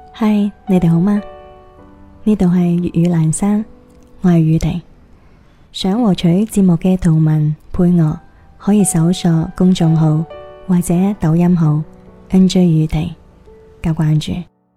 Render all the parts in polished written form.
嗨，你哋好嗎？呢度係粵語闌珊，我係宇婷。想獲取節目嘅圖文配樂，可以搜索公眾號或者抖音號 NJ 宇婷加關注。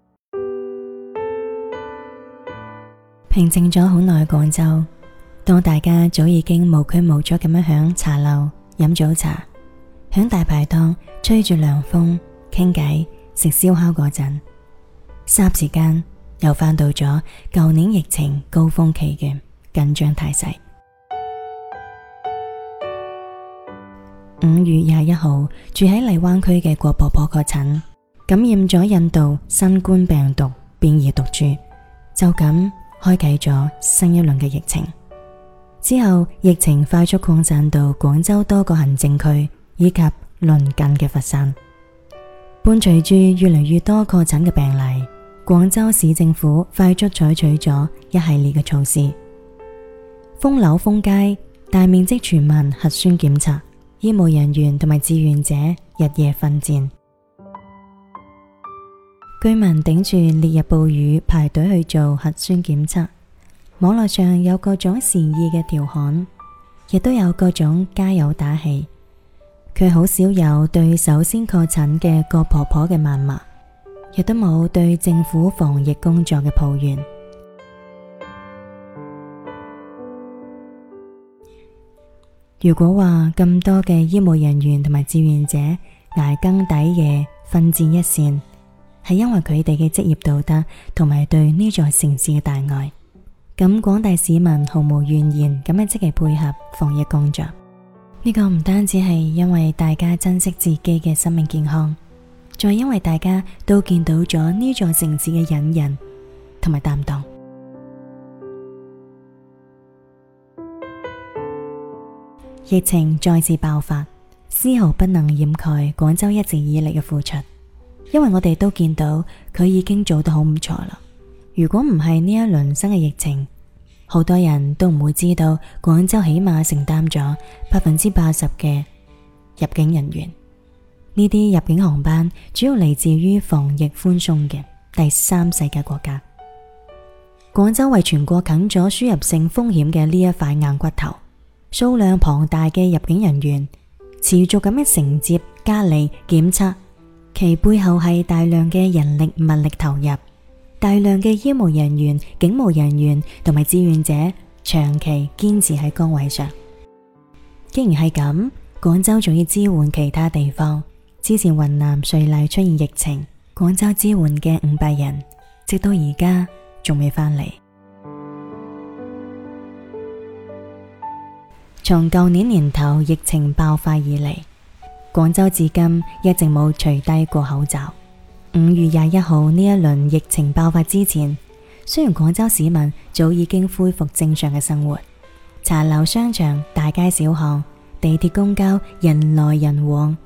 平靜咗好耐廣州，當大家早已經無拘無束咁樣響茶樓飲早茶，響大排檔吹住涼風傾偈食燒烤嗰陣，霎時間又返到咗舊年疫情高峰期嘅緊張態勢。5月21號，住喺荔灣區嘅郭婆婆確診，感染咗印度新冠病毒變異毒株，就咁開啟咗新一輪嘅疫情。之後疫情快速擴散到廣州多個行政區以及鄰近嘅佛山。伴隨住越嚟越多確診嘅病例，廣州市政府快速採取咗一系列嘅措施，封樓封街，大面積全民核酸檢測，醫務人員同埋志願者日夜奮戰，居民頂住烈日暴雨排隊去做核酸檢測。網絡上有各種善意嘅調侃，亦都有各種加油打氣，卻好少有對首先確診嘅郭婆婆嘅謾罵，亦都冇對政府防疫工作嘅抱怨。如果話咁多嘅醫務人員同埋志願者捱更抵夜奮戰一線，係因為佢哋嘅職業道德同埋對呢座城市嘅大愛，咁廣大市民毫無怨言咁樣積極配合防疫工作。呢個唔單止係因為大家珍惜自己嘅生命健康，仲係因為大家都見到咗呢座城市嘅隱忍同埋擔當。疫情再次爆發，絲毫不能掩蓋廣州一直以嚟嘅付出，因為我哋都見到佢已經做得好唔錯啦。如果唔係呢一輪新嘅疫情，好多人都唔會知道廣州起碼承擔咗80%嘅入境人員。呢啲入境航班主要嚟自於防疫寬鬆嘅第三世界國家。廣州為全國啃咗輸入性風險嘅呢一塊硬骨頭，數量龐大嘅入境人員持續咁樣承接隔離檢測，其背後係大量嘅人力物力投入，大量嘅醫務人員、警務人員同埋志願者長期堅持喺崗位上。既然係咁，廣州仲要支援其他地方。之前雲南瑞麗出現疫情，廣州支援嘅500人直到而家仲未返嚟。從舊年年頭疫情爆發以嚟，廣州至今一直冇除低過口罩。5月21號呢一輪疫情爆發之前，雖然廣州市民早已經恢復正常嘅生活，茶樓、商場、大街小巷、地鐵、公交人來人往，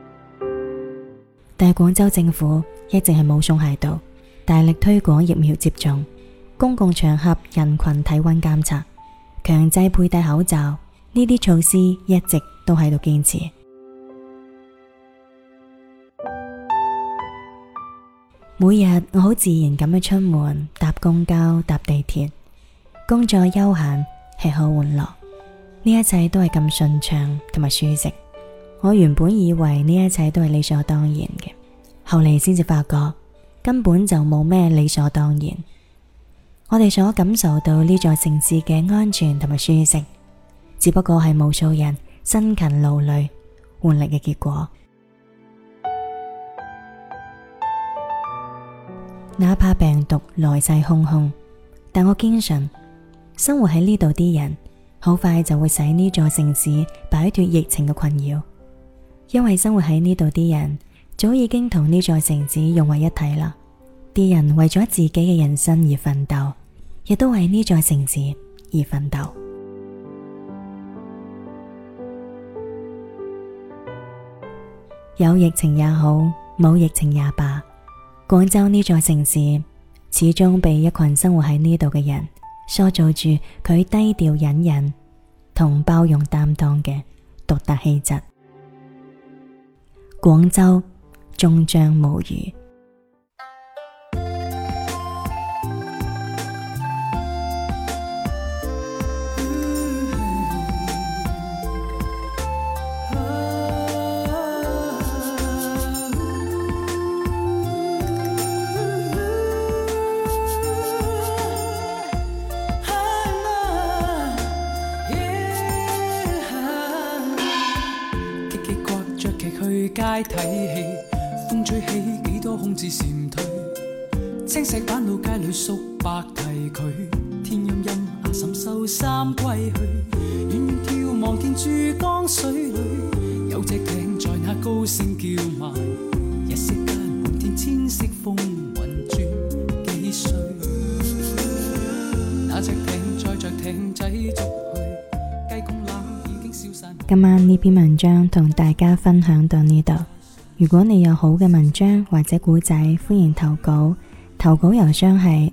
但係廣州政府一直係冇鬆懈到，大力推廣疫苗接種，公共場合人群體溫監測，強制佩戴口罩，呢啲措施一直都喺度堅持。每日我好自然咁樣出門，搭公交、搭地鐵，工作休閒，吃喝玩樂，呢一切都係咁順暢同埋舒適。我原本以為呢一切都係理所當然嘅，後嚟先至發覺根本就冇咩理所當然。我哋所感受到呢座城市嘅安全同埋舒適，只不過係無數人辛勤勞累換嚟嘅結果。哪怕病毒來勢洶洶，但我堅信生活喺呢度啲人好快就會使呢座城市擺脫疫情嘅困擾，因為生活喺呢度啲人早已經同呢座城市融為一體啦。啲人為咗自己嘅人生而奮鬥，亦都為呢座城市而奮鬥。有疫情也好，冇疫情也罷，廣州呢座城市始終被一群生活喺呢度嘅人塑造住佢低調隱忍同包容擔當嘅獨特氣質。廣州終將無虞。 睇戲，風吹起幾多空置禪退，青石板路街裏叔伯提佢，天陰陰阿嬸收衫歸去，遠遠眺望見珠江水裏，有隻艇在那高聲叫賣，一息間滿天千色風雲轉幾歲，那隻艇載着艇仔逐去，雞公欖已經消散。 今晚呢篇文章同大家分享到呢度。如果你有好嘅文章或者古仔，歡迎投稿。投稿郵箱係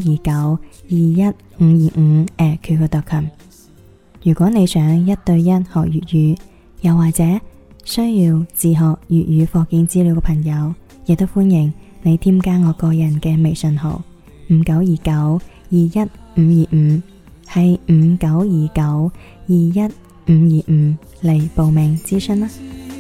5929215525@qq.com。如果你想1對1學粵語，又或者需要自學粵語課件資料嘅朋友，亦都歡迎你添加我個人嘅微信號5929215525，係5929215525嚟報名諮詢啦。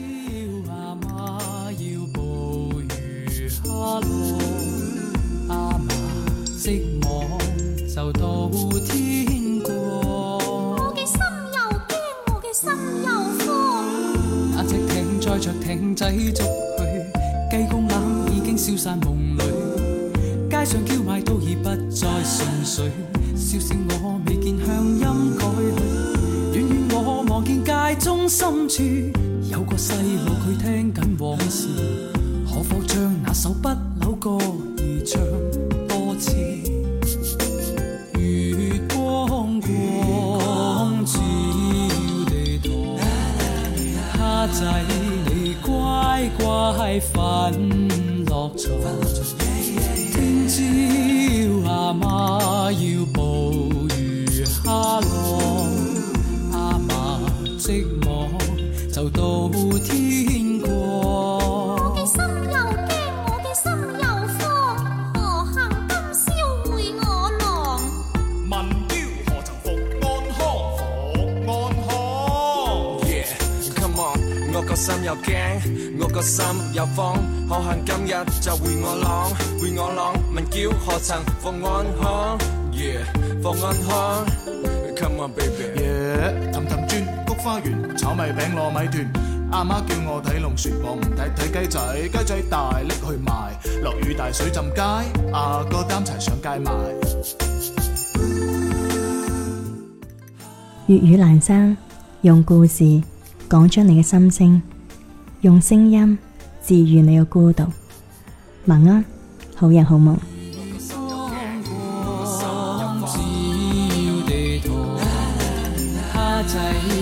寂寞就到天光， 我嘅心又驚，我嘅心又慌。 那隻艇載着艇仔逐去，雞公欖已經消散夢裏，街上叫賣都已不再順遂，笑聲我未見鄉音改去，遠遠我望見街中深處有個細路，佢聽緊往事，可否將那首不朽歌兒唱多次？月光光照地堂，蝦仔你乖乖瞓落床，聽朝阿媽要捕魚蝦浪，阿嫲寂寞就到天光。 我嘅心又驚，我嘅心又慌，何幸今宵會我郎？ 民標何曾復安康，復安康。Yeah, come on， 我個心又驚，我個心又慌，可幸今日就會我郎，會我郎。民標何曾復安康 ，Yeah， 復安康。Come on baby，Yeah， 氹氹轉菊花園，炒米餅糯米團。阿媽叫我睇龍船，我唔睇睇雞仔，雞仔大拎去賣，落雨大水浸街，阿哥擔柴上街賣。 粵語闌珊，用故事講出你嘅心聲，用聲音治愈你嘅孤獨。晚安，好人好夢。 蝦仔